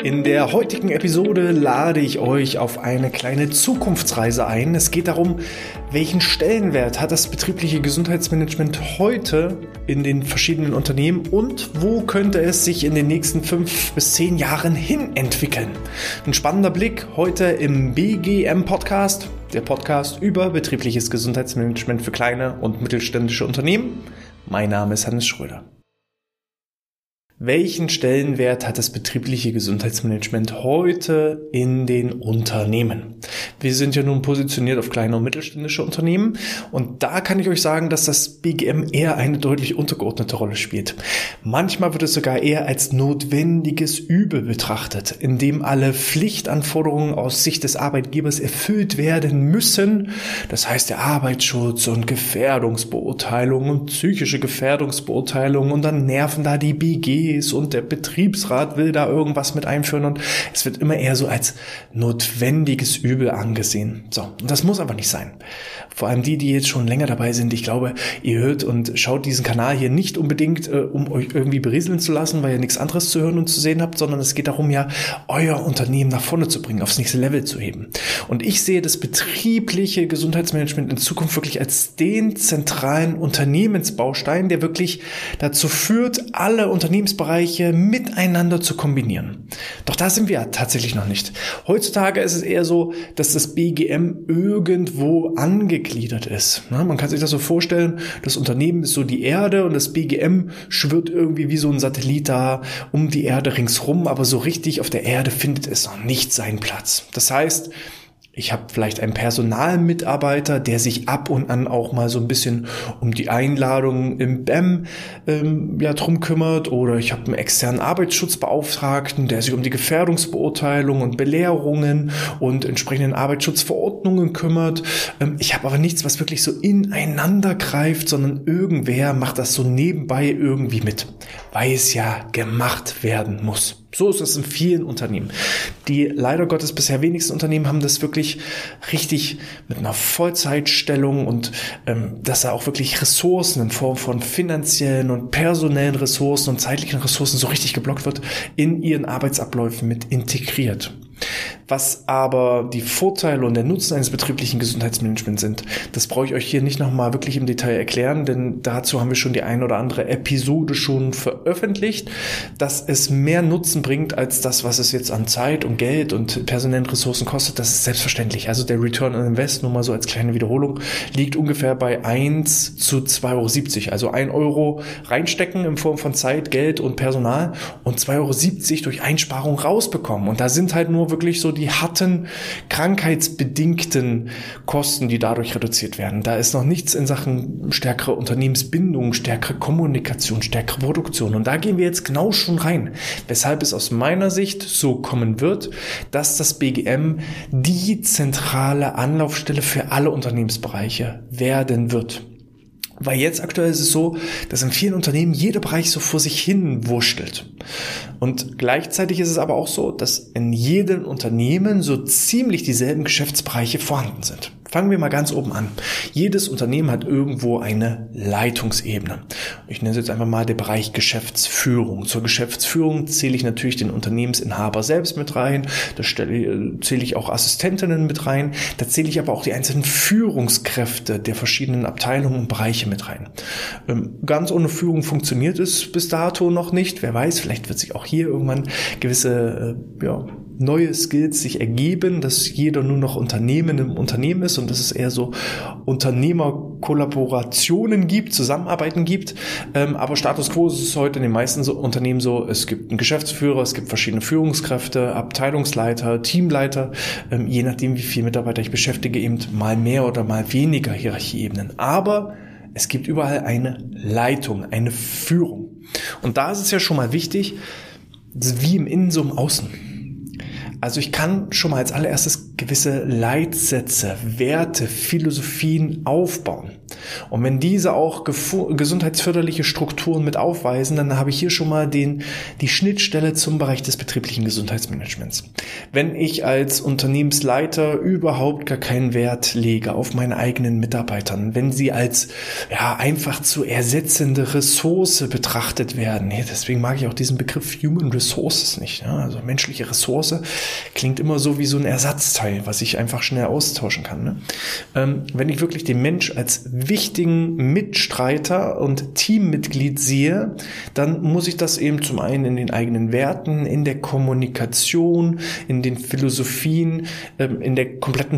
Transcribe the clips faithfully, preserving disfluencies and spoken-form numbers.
In der heutigen Episode lade ich euch auf eine kleine Zukunftsreise ein. Es geht darum, welchen Stellenwert hat das betriebliche Gesundheitsmanagement heute in den verschiedenen Unternehmen und wo könnte es sich in den nächsten fünf bis zehn Jahren hin entwickeln. Ein spannender Blick heute im B G M-Podcast, der Podcast über betriebliches Gesundheitsmanagement für kleine und mittelständische Unternehmen. Mein Name ist Hannes Schröder. Welchen Stellenwert hat das betriebliche Gesundheitsmanagement heute in den Unternehmen? Wir sind ja nun positioniert auf kleine und mittelständische Unternehmen und da kann ich euch sagen, dass das B G M eher eine deutlich untergeordnete Rolle spielt. Manchmal wird es sogar eher als notwendiges Übel betrachtet, in dem alle Pflichtanforderungen aus Sicht des Arbeitgebers erfüllt werden müssen. Das heißt der Arbeitsschutz und Gefährdungsbeurteilung und psychische Gefährdungsbeurteilung und dann nerven da die B G und der Betriebsrat will da irgendwas mit einführen und es wird immer eher so als notwendiges Übel angesehen. So, und das muss aber nicht sein. Vor allem die, die jetzt schon länger dabei sind, ich glaube, ihr hört und schaut diesen Kanal hier nicht unbedingt, äh, um euch irgendwie berieseln zu lassen, weil ihr nichts anderes zu hören und zu sehen habt, sondern es geht darum, ja, euer Unternehmen nach vorne zu bringen, aufs nächste Level zu heben. Und ich sehe das betriebliche Gesundheitsmanagement in Zukunft wirklich als den zentralen Unternehmensbaustein, der wirklich dazu führt, alle Unternehmensbereiche miteinander zu kombinieren. Doch da sind wir tatsächlich noch nicht. Heutzutage ist es eher so, dass das B G M irgendwo angegliedert ist. Man kann sich das so vorstellen, das Unternehmen ist so die Erde und das B G M schwirrt irgendwie wie so ein Satellit da um die Erde ringsrum, aber so richtig auf der Erde findet es noch nicht seinen Platz. Das heißt, ich habe vielleicht einen Personalmitarbeiter, der sich ab und an auch mal so ein bisschen um die Einladungen im B E M ähm, ja, drum kümmert. Oder ich habe einen externen Arbeitsschutzbeauftragten, der sich um die Gefährdungsbeurteilung und Belehrungen und entsprechenden Arbeitsschutzverordnungen kümmert. Ähm, ich habe aber nichts, was wirklich so ineinander greift, sondern irgendwer macht das so nebenbei irgendwie mit, weil es ja gemacht werden muss. So ist es in vielen Unternehmen. Die leider Gottes bisher wenigsten Unternehmen haben das wirklich richtig mit einer Vollzeitstellung und ähm, dass da auch wirklich Ressourcen in Form von finanziellen und personellen Ressourcen und zeitlichen Ressourcen so richtig geblockt wird, in ihren Arbeitsabläufen mit integriert. Was aber die Vorteile und der Nutzen eines betrieblichen Gesundheitsmanagements sind, das brauche ich euch hier nicht nochmal wirklich im Detail erklären, denn dazu haben wir schon die ein oder andere Episode schon veröffentlicht, dass es mehr Nutzen bringt als das, was es jetzt an Zeit und Geld und personellen Ressourcen kostet. Das ist selbstverständlich. Also der Return on Invest, nur mal so als kleine Wiederholung, liegt ungefähr bei eins zu zwei Euro siebzig. Also ein Euro reinstecken in Form von Zeit, Geld und Personal und zwei Euro siebzig durch Einsparung rausbekommen. Und da sind halt nur wirklich so die harten, krankheitsbedingten Kosten, die dadurch reduziert werden. Da ist noch nichts in Sachen stärkere Unternehmensbindung, stärkere Kommunikation, stärkere Produktion. Und da gehen wir jetzt genau schon rein. Weshalb es aus meiner Sicht so kommen wird, dass das B G M die zentrale Anlaufstelle für alle Unternehmensbereiche werden wird. Weil jetzt aktuell ist es so, dass in vielen Unternehmen jeder Bereich so vor sich hin wurschtelt. Und gleichzeitig ist es aber auch so, dass in jedem Unternehmen so ziemlich dieselben Geschäftsbereiche vorhanden sind. Fangen wir mal ganz oben an. Jedes Unternehmen hat irgendwo eine Leitungsebene. Ich nenne es jetzt einfach mal den Bereich Geschäftsführung. Zur Geschäftsführung zähle ich natürlich den Unternehmensinhaber selbst mit rein. Da stelle, zähle ich auch Assistentinnen mit rein. Da zähle ich aber auch die einzelnen Führungskräfte der verschiedenen Abteilungen und Bereiche mit rein. Ganz ohne Führung funktioniert es bis dato noch nicht. Wer weiß, vielleicht wird sich auch hier irgendwann gewisse ja, neue Skills sich ergeben, dass jeder nur noch Unternehmen im Unternehmen ist und dass es eher so Unternehmerkollaborationen gibt, Zusammenarbeiten gibt. Ähm, aber Status quo ist es heute in den meisten so Unternehmen so, es gibt einen Geschäftsführer, es gibt verschiedene Führungskräfte, Abteilungsleiter, Teamleiter, ähm, je nachdem wie viele Mitarbeiter ich beschäftige, eben mal mehr oder mal weniger Hierarchieebenen. Aber es gibt überall eine Leitung, eine Führung. Und da ist es ja schon mal wichtig, wie im Innen so im Außen. Also ich kann schon mal als allererstes gewisse Leitsätze, Werte, Philosophien aufbauen. Und wenn diese auch gesundheitsförderliche Strukturen mit aufweisen, dann habe ich hier schon mal den, die Schnittstelle zum Bereich des betrieblichen Gesundheitsmanagements. Wenn ich als Unternehmensleiter überhaupt gar keinen Wert lege auf meine eigenen Mitarbeitern, wenn sie als ja einfach zu ersetzende Ressource betrachtet werden, ja, deswegen mag ich auch diesen Begriff Human Resources nicht. Ja, also menschliche Ressource klingt immer so wie so ein Ersatzteil, was ich einfach schnell austauschen kann. Ne? Ähm, wenn ich wirklich den Mensch als wichtigen Mitstreiter und Teammitglied sehe, dann muss ich das eben zum einen in den eigenen Werten, in der Kommunikation, in den Philosophien, ähm, in der kompletten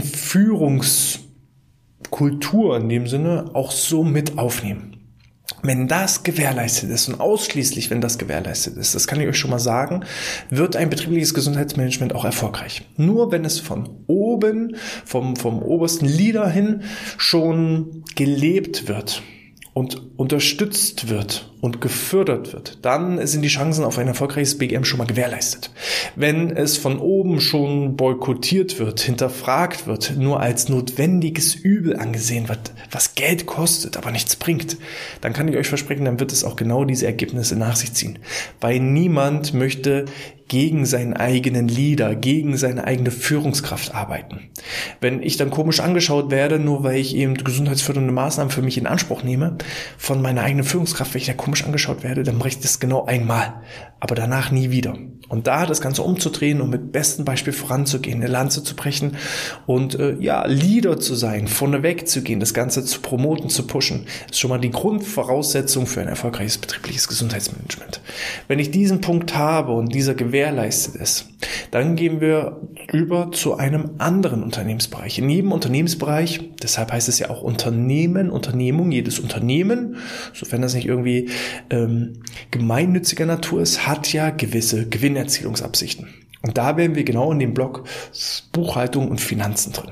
Führungskultur in dem Sinne auch so mit aufnehmen. Wenn das gewährleistet ist und ausschließlich, wenn das gewährleistet ist, das kann ich euch schon mal sagen, wird ein betriebliches Gesundheitsmanagement auch erfolgreich. Nur wenn es von oben, vom, vom obersten Leader hin schon gelebt wird und unterstützt wird und gefördert wird, dann sind die Chancen auf ein erfolgreiches B G M schon mal gewährleistet. Wenn es von oben schon boykottiert wird, hinterfragt wird, nur als notwendiges Übel angesehen wird, was Geld kostet, aber nichts bringt, dann kann ich euch versprechen, dann wird es auch genau diese Ergebnisse nach sich ziehen. Weil niemand möchte gegen seinen eigenen Leader, gegen seine eigene Führungskraft arbeiten. Wenn ich dann komisch angeschaut werde, nur weil ich eben gesundheitsfördernde Maßnahmen für mich in Anspruch nehme, von meiner eigenen Führungskraft, wenn ich da komisch angeschaut werde, dann mache ich das genau einmal, aber danach nie wieder. Und da das Ganze umzudrehen und mit bestem Beispiel voranzugehen, eine Lanze zu brechen und äh, ja, Leader zu sein, vorneweg zu gehen, das Ganze zu promoten, zu pushen, ist schon mal die Grundvoraussetzung für ein erfolgreiches betriebliches Gesundheitsmanagement. Wenn ich diesen Punkt habe und dieser gewährleistet ist, dann gehen wir über zu einem anderen Unternehmensbereich. In jedem Unternehmensbereich, deshalb heißt es ja auch Unternehmen, Unternehmung, jedes Unternehmen, sofern das nicht irgendwie ähm, gemeinnütziger Natur ist, hat ja gewisse Gewinnerzielungsabsichten. Und da wären wir genau in dem Block Buchhaltung und Finanzen drin.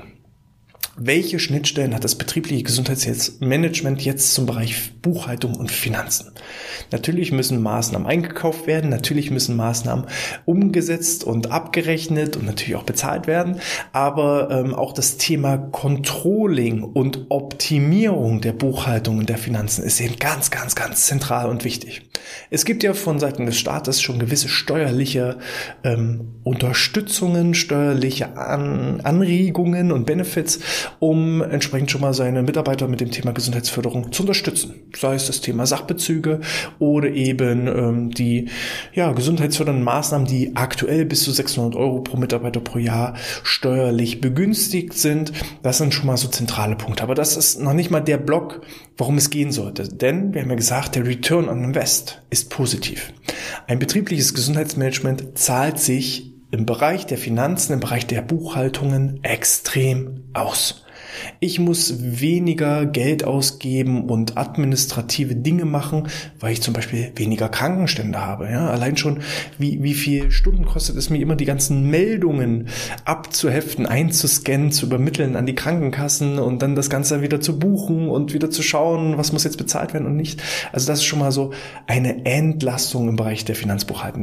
Welche Schnittstellen hat das betriebliche Gesundheitsmanagement jetzt zum Bereich Buchhaltung und Finanzen? Natürlich müssen Maßnahmen eingekauft werden, natürlich müssen Maßnahmen umgesetzt und abgerechnet und natürlich auch bezahlt werden, aber ähm, auch das Thema Controlling und Optimierung der Buchhaltung und der Finanzen ist eben ganz, ganz, ganz zentral und wichtig. Es gibt ja von Seiten des Staates schon gewisse steuerliche ähm, Unterstützungen, steuerliche An- Anregungen und Benefits, um entsprechend schon mal seine Mitarbeiter mit dem Thema Gesundheitsförderung zu unterstützen. Sei es das Thema Sachbezüge oder eben ähm, die ja, gesundheitsfördernden Maßnahmen, die aktuell bis zu sechshundert Euro pro Mitarbeiter pro Jahr steuerlich begünstigt sind. Das sind schon mal so zentrale Punkte. Aber das ist noch nicht mal der Block, worum es gehen sollte. Denn wir haben ja gesagt, der Return on Invest ist positiv. Ein betriebliches Gesundheitsmanagement zahlt sich im Bereich der Finanzen, im Bereich der Buchhaltungen extrem aus. Ich muss weniger Geld ausgeben und administrative Dinge machen, weil ich zum Beispiel weniger Krankenstände habe. Ja, allein schon, wie, wie viel Stunden kostet es mir immer, die ganzen Meldungen abzuheften, einzuscannen, zu übermitteln an die Krankenkassen und dann das Ganze wieder zu buchen und wieder zu schauen, was muss jetzt bezahlt werden und nicht. Also das ist schon mal so eine Entlastung im Bereich der Finanzbuchhaltung.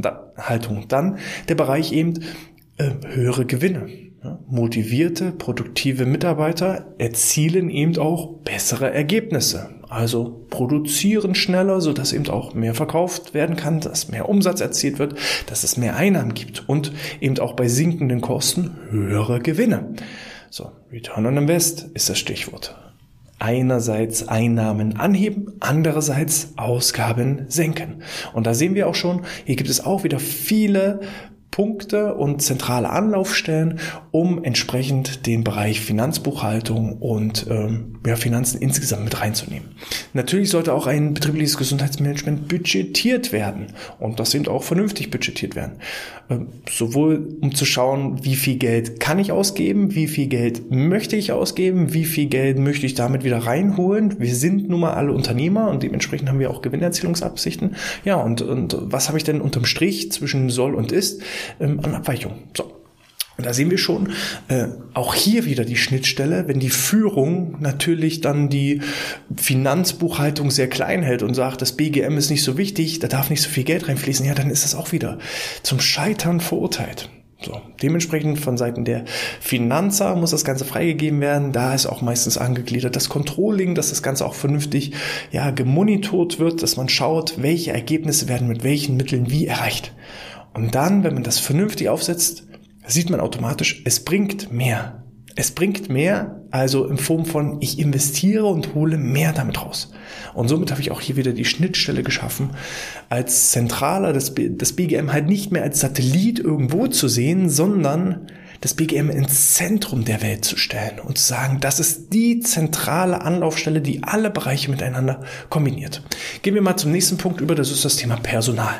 Dann der Bereich eben äh, höhere Gewinne. Ja, motivierte, produktive Mitarbeiter erzielen eben auch bessere Ergebnisse. Also produzieren schneller, sodass eben auch mehr verkauft werden kann, dass mehr Umsatz erzielt wird, dass es mehr Einnahmen gibt und eben auch bei sinkenden Kosten höhere Gewinne. So, Return on Invest ist das Stichwort. Einerseits Einnahmen anheben, andererseits Ausgaben senken. Und da sehen wir auch schon, hier gibt es auch wieder viele Punkte und zentrale Anlaufstellen, um entsprechend den Bereich Finanzbuchhaltung und ähm, ja, Finanzen insgesamt mit reinzunehmen. Natürlich sollte auch ein betriebliches Gesundheitsmanagement budgetiert werden und das eben auch vernünftig budgetiert werden. Ähm, sowohl um zu schauen, wie viel Geld kann ich ausgeben, wie viel Geld möchte ich ausgeben, wie viel Geld möchte ich damit wieder reinholen. Wir sind nun mal alle Unternehmer und dementsprechend haben wir auch Gewinnerzielungsabsichten. Ja, und, und was habe ich denn unterm Strich zwischen soll und ist? Ähm, an Abweichung. So. Und da sehen wir schon, äh, auch hier wieder die Schnittstelle, wenn die Führung natürlich dann die Finanzbuchhaltung sehr klein hält und sagt, das B G M ist nicht so wichtig, da darf nicht so viel Geld reinfließen, ja, dann ist das auch wieder zum Scheitern verurteilt. So, dementsprechend von Seiten der Finanzer muss das Ganze freigegeben werden. Da ist auch meistens angegliedert das Controlling, dass das Ganze auch vernünftig ja, gemonitort wird, dass man schaut, welche Ergebnisse werden mit welchen Mitteln wie erreicht. Und dann, wenn man das vernünftig aufsetzt, sieht man automatisch, es bringt mehr. Es bringt mehr, also in Form von, ich investiere und hole mehr damit raus. Und somit habe ich auch hier wieder die Schnittstelle geschaffen, als Zentraler das, das B G M halt nicht mehr als Satellit irgendwo zu sehen, sondern das B G M ins Zentrum der Welt zu stellen und zu sagen, das ist die zentrale Anlaufstelle, die alle Bereiche miteinander kombiniert. Gehen wir mal zum nächsten Punkt über, das ist das Thema Personal.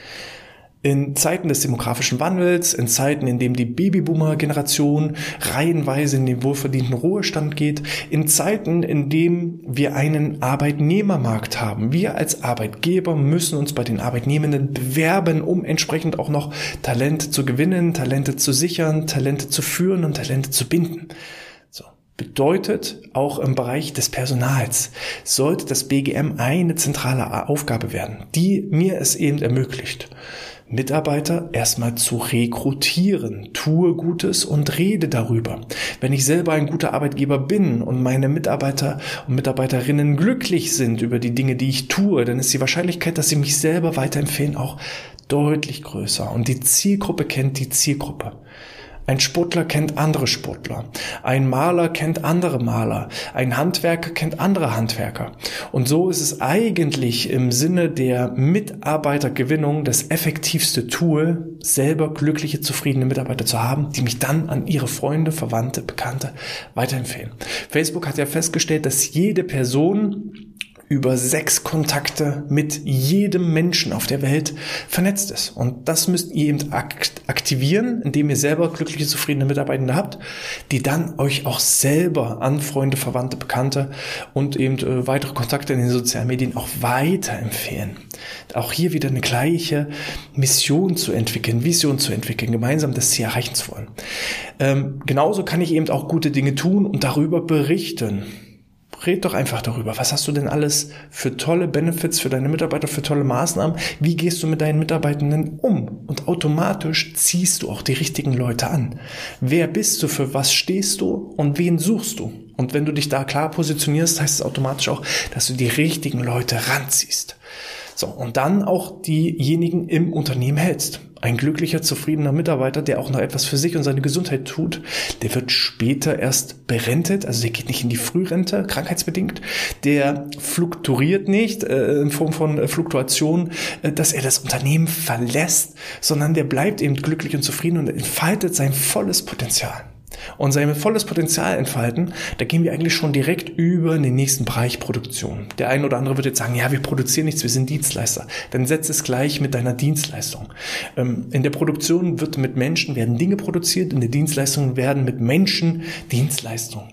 In Zeiten des demografischen Wandels, in Zeiten, in denen die Babyboomer-Generation reihenweise in den wohlverdienten Ruhestand geht, in Zeiten, in denen wir einen Arbeitnehmermarkt haben. Wir als Arbeitgeber müssen uns bei den Arbeitnehmenden bewerben, um entsprechend auch noch Talente zu gewinnen, Talente zu sichern, Talente zu führen und Talente zu binden. So. Bedeutet, auch im Bereich des Personals sollte das B G M eine zentrale Aufgabe werden, die mir es eben ermöglicht, Mitarbeiter erstmal zu rekrutieren, tue Gutes und rede darüber. Wenn ich selber ein guter Arbeitgeber bin und meine Mitarbeiter und Mitarbeiterinnen glücklich sind über die Dinge, die ich tue, dann ist die Wahrscheinlichkeit, dass sie mich selber weiterempfehlen, auch deutlich größer. Und die Zielgruppe kennt die Zielgruppe. Ein Sportler kennt andere Sportler, ein Maler kennt andere Maler, ein Handwerker kennt andere Handwerker. Und so ist es eigentlich im Sinne der Mitarbeitergewinnung das effektivste Tool, selber glückliche, zufriedene Mitarbeiter zu haben, die mich dann an ihre Freunde, Verwandte, Bekannte weiterempfehlen. Facebook hat ja festgestellt, dass jede Person über sechs Kontakte mit jedem Menschen auf der Welt vernetzt ist. Und das müsst ihr eben aktivieren, indem ihr selber glückliche, zufriedene Mitarbeitende habt, die dann euch auch selber an Freunde, Verwandte, Bekannte und eben äh, weitere Kontakte in den sozialen Medien auch weiterempfehlen. Auch hier wieder eine gleiche Mission zu entwickeln, Vision zu entwickeln, gemeinsam das Ziel erreichen zu wollen. Ähm, genauso kann ich eben auch gute Dinge tun und darüber berichten. Red doch einfach darüber. Was hast du denn alles für tolle Benefits für deine Mitarbeiter, für tolle Maßnahmen? Wie gehst du mit deinen Mitarbeitenden um? Und automatisch ziehst du auch die richtigen Leute an. Wer bist du? Für was stehst du? Und wen suchst du? Und wenn du dich da klar positionierst, heißt es automatisch auch, dass du die richtigen Leute ranziehst. So, und dann auch diejenigen im Unternehmen hältst. Ein glücklicher, zufriedener Mitarbeiter, der auch noch etwas für sich und seine Gesundheit tut, der wird später erst berentet, also der geht nicht in die Frührente, krankheitsbedingt, der fluktuiert nicht äh, in Form von äh, Fluktuation, äh, dass er das Unternehmen verlässt, sondern der bleibt eben glücklich und zufrieden und entfaltet sein volles Potenzial. Und sein volles Potenzial entfalten, da gehen wir eigentlich schon direkt über in den nächsten Bereich Produktion. Der eine oder andere wird jetzt sagen, ja, wir produzieren nichts, wir sind Dienstleister. Dann setz es gleich mit deiner Dienstleistung. In der Produktion wird mit Menschen, werden Dinge produziert, in der Dienstleistung werden mit Menschen Dienstleistungen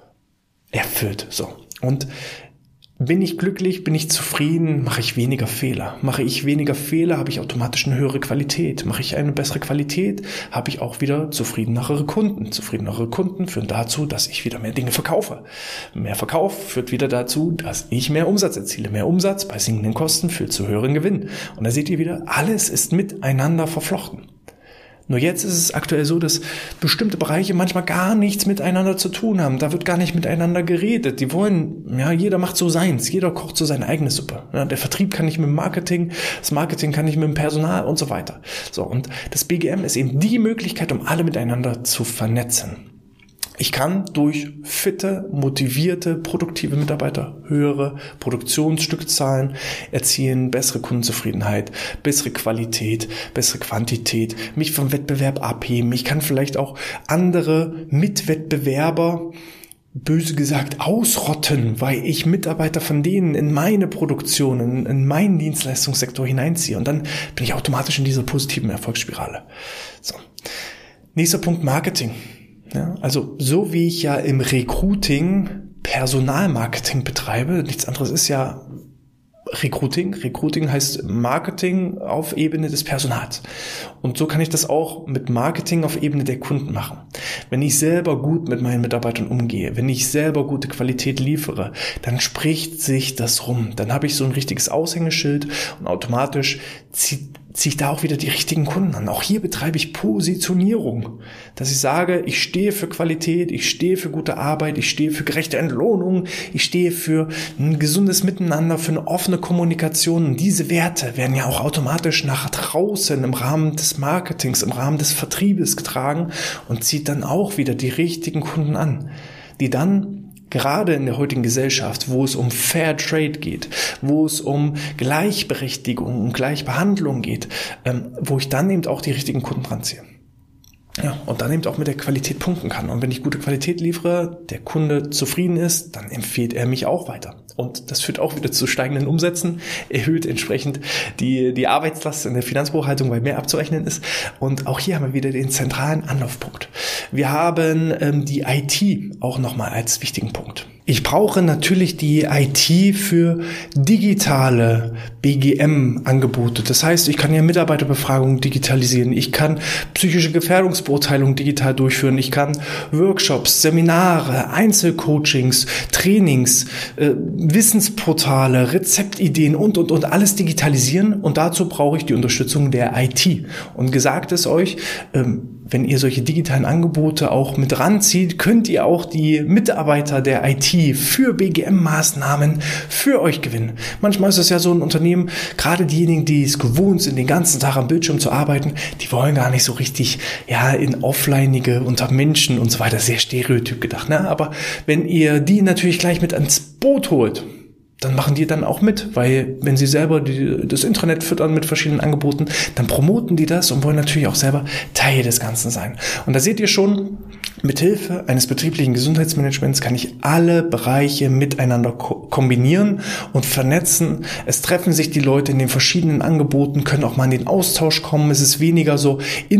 erfüllt. So. Und bin ich glücklich, bin ich zufrieden, mache ich weniger Fehler. Mache ich weniger Fehler, habe ich automatisch eine höhere Qualität. Mache ich eine bessere Qualität, habe ich auch wieder zufriedenere Kunden. Zufriedenere Kunden führen dazu, dass ich wieder mehr Dinge verkaufe. Mehr Verkauf führt wieder dazu, dass ich mehr Umsatz erziele. Mehr Umsatz bei sinkenden Kosten führt zu höheren Gewinn. Und da seht ihr wieder, alles ist miteinander verflochten. Nur jetzt ist es aktuell so, dass bestimmte Bereiche manchmal gar nichts miteinander zu tun haben. Da wird gar nicht miteinander geredet. Die wollen, ja, jeder macht so seins. Jeder kocht so seine eigene Suppe. Ja, der Vertrieb kann nicht mit dem Marketing, das Marketing kann nicht mit dem Personal und so weiter. So, und das B G M ist eben die Möglichkeit, um alle miteinander zu vernetzen. Ich kann durch fitte, motivierte, produktive Mitarbeiter höhere Produktionsstückzahlen erzielen, bessere Kundenzufriedenheit, bessere Qualität, bessere Quantität, mich vom Wettbewerb abheben. Ich kann vielleicht auch andere Mitwettbewerber, böse gesagt, ausrotten, weil ich Mitarbeiter von denen in meine Produktion, in, in meinen Dienstleistungssektor hineinziehe. Und dann bin ich automatisch in dieser positiven Erfolgsspirale. So. Nächster Punkt, Marketing. Ja, also so wie ich ja im Recruiting Personalmarketing betreibe, nichts anderes ist ja Recruiting. Recruiting heißt Marketing auf Ebene des Personals. Und so kann ich das auch mit Marketing auf Ebene der Kunden machen. Wenn ich selber gut mit meinen Mitarbeitern umgehe, wenn ich selber gute Qualität liefere, dann spricht sich das rum. Dann habe ich so ein richtiges Aushängeschild und automatisch zieht ziehe ich da auch wieder die richtigen Kunden an. Auch hier betreibe ich Positionierung, dass ich sage, ich stehe für Qualität, ich stehe für gute Arbeit, ich stehe für gerechte Entlohnung, ich stehe für ein gesundes Miteinander, für eine offene Kommunikation. Und diese Werte werden ja auch automatisch nach draußen im Rahmen des Marketings, im Rahmen des Vertriebes getragen und zieht dann auch wieder die richtigen Kunden an, die dann gerade in der heutigen Gesellschaft, wo es um Fair Trade geht, wo es um Gleichberechtigung und Gleichbehandlung geht, ähm, wo ich dann eben auch die richtigen Kunden ranziehe. Ja, und dann eben auch mit der Qualität punkten kann. Und wenn ich gute Qualität liefere, der Kunde zufrieden ist, dann empfiehlt er mich auch weiter. Und das führt auch wieder zu steigenden Umsätzen, erhöht entsprechend die, die Arbeitslast in der Finanzbuchhaltung, weil mehr abzurechnen ist. Und auch hier haben wir wieder den zentralen Anlaufpunkt. Wir haben ähm, die I T auch nochmal als wichtigen Punkt. Ich brauche natürlich die I T für digitale B G M-Angebote. Das heißt, ich kann ja Mitarbeiterbefragungen digitalisieren. Ich kann psychische Gefährdungsbeurteilung digital durchführen. Ich kann Workshops, Seminare, Einzelcoachings, Trainings, äh, Wissensportale, Rezeptideen und, und, und alles digitalisieren. Und dazu brauche ich die Unterstützung der I T. Und gesagt ist euch, ähm, wenn ihr solche digitalen Angebote auch mit ranzieht, könnt ihr auch die Mitarbeiter der I T für B G M-Maßnahmen für euch gewinnen. Manchmal ist es ja so ein Unternehmen, gerade diejenigen, die es gewohnt sind, den ganzen Tag am Bildschirm zu arbeiten, die wollen gar nicht so richtig, ja, in offlineige unter Menschen und so weiter, sehr stereotyp gedacht, ne? Aber wenn ihr die natürlich gleich mit ans Boot holt, dann machen die dann auch mit, weil wenn sie selber die, das Intranet füttern mit verschiedenen Angeboten, dann promoten die das und wollen natürlich auch selber Teil des Ganzen sein. Und da seht ihr schon, mithilfe eines betrieblichen Gesundheitsmanagements kann ich alle Bereiche miteinander ko- kombinieren und vernetzen. Es treffen sich die Leute in den verschiedenen Angeboten, können auch mal in den Austausch kommen. Es ist weniger so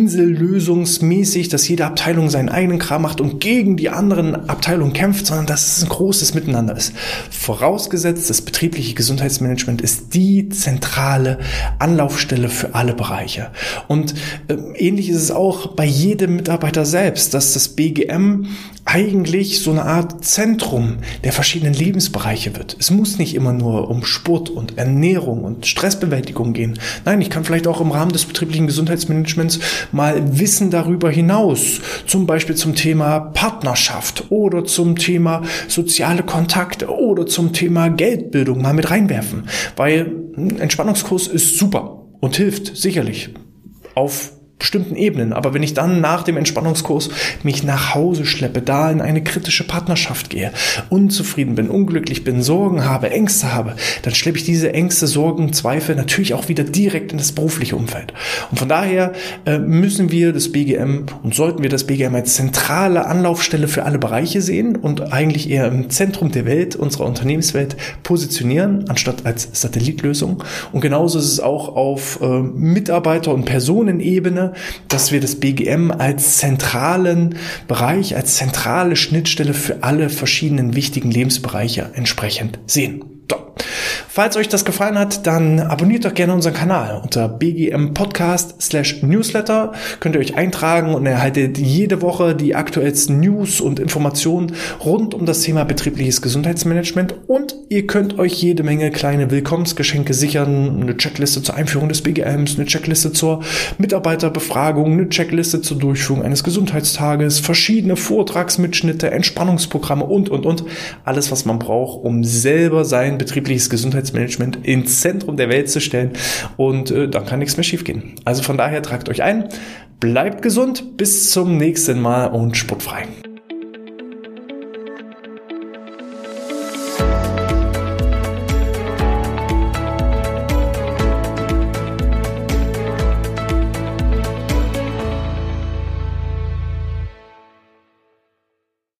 insellösungsmäßig, dass jede Abteilung seinen eigenen Kram macht und gegen die anderen Abteilungen kämpft, sondern dass es ein großes Miteinander ist. Vorausgesetzt, das betriebliche Gesundheitsmanagement ist die zentrale Anlaufstelle für alle Bereiche. Und äh, ähnlich ist es auch bei jedem Mitarbeiter selbst, dass das B G M eigentlich so eine Art Zentrum der verschiedenen Lebensbereiche wird. Es muss nicht immer nur um Sport und Ernährung und Stressbewältigung gehen. Nein, ich kann vielleicht auch im Rahmen des betrieblichen Gesundheitsmanagements mal Wissen darüber hinaus, zum Beispiel zum Thema Partnerschaft oder zum Thema soziale Kontakte oder zum Thema Geldbildung mal mit reinwerfen. Weil ein Entspannungskurs ist super und hilft sicherlich auf bestimmten Ebenen. Aber wenn ich dann nach dem Entspannungskurs mich nach Hause schleppe, da in eine kritische Partnerschaft gehe, unzufrieden bin, unglücklich bin, Sorgen habe, Ängste habe, dann schleppe ich diese Ängste, Sorgen, Zweifel natürlich auch wieder direkt in das berufliche Umfeld. Und von daher äh, müssen wir das B G M und sollten wir das B G M als zentrale Anlaufstelle für alle Bereiche sehen und eigentlich eher im Zentrum der Welt, unserer Unternehmenswelt positionieren, anstatt als Satellitlösung. Und genauso ist es auch auf äh, Mitarbeiter- und Personenebene, dass wir das B G M als zentralen Bereich, als zentrale Schnittstelle für alle verschiedenen wichtigen Lebensbereiche entsprechend sehen. So. Falls euch das gefallen hat, dann abonniert doch gerne unseren Kanal unter B G M Podcast slash Newsletter. Könnt ihr euch eintragen und erhaltet jede Woche die aktuellsten News und Informationen rund um das Thema betriebliches Gesundheitsmanagement und ihr könnt euch jede Menge kleine Willkommensgeschenke sichern, eine Checkliste zur Einführung des B G Ms, eine Checkliste zur Mitarbeiterbefragung, eine Checkliste zur Durchführung eines Gesundheitstages, verschiedene Vortragsmitschnitte, Entspannungsprogramme und, und, und. Alles, was man braucht, um selber sein betriebliches Gesundheitsmanagement ins Zentrum der Welt zu stellen und äh, dann kann nichts mehr schiefgehen. Also von daher tragt euch ein, bleibt gesund, bis zum nächsten Mal und sportfrei.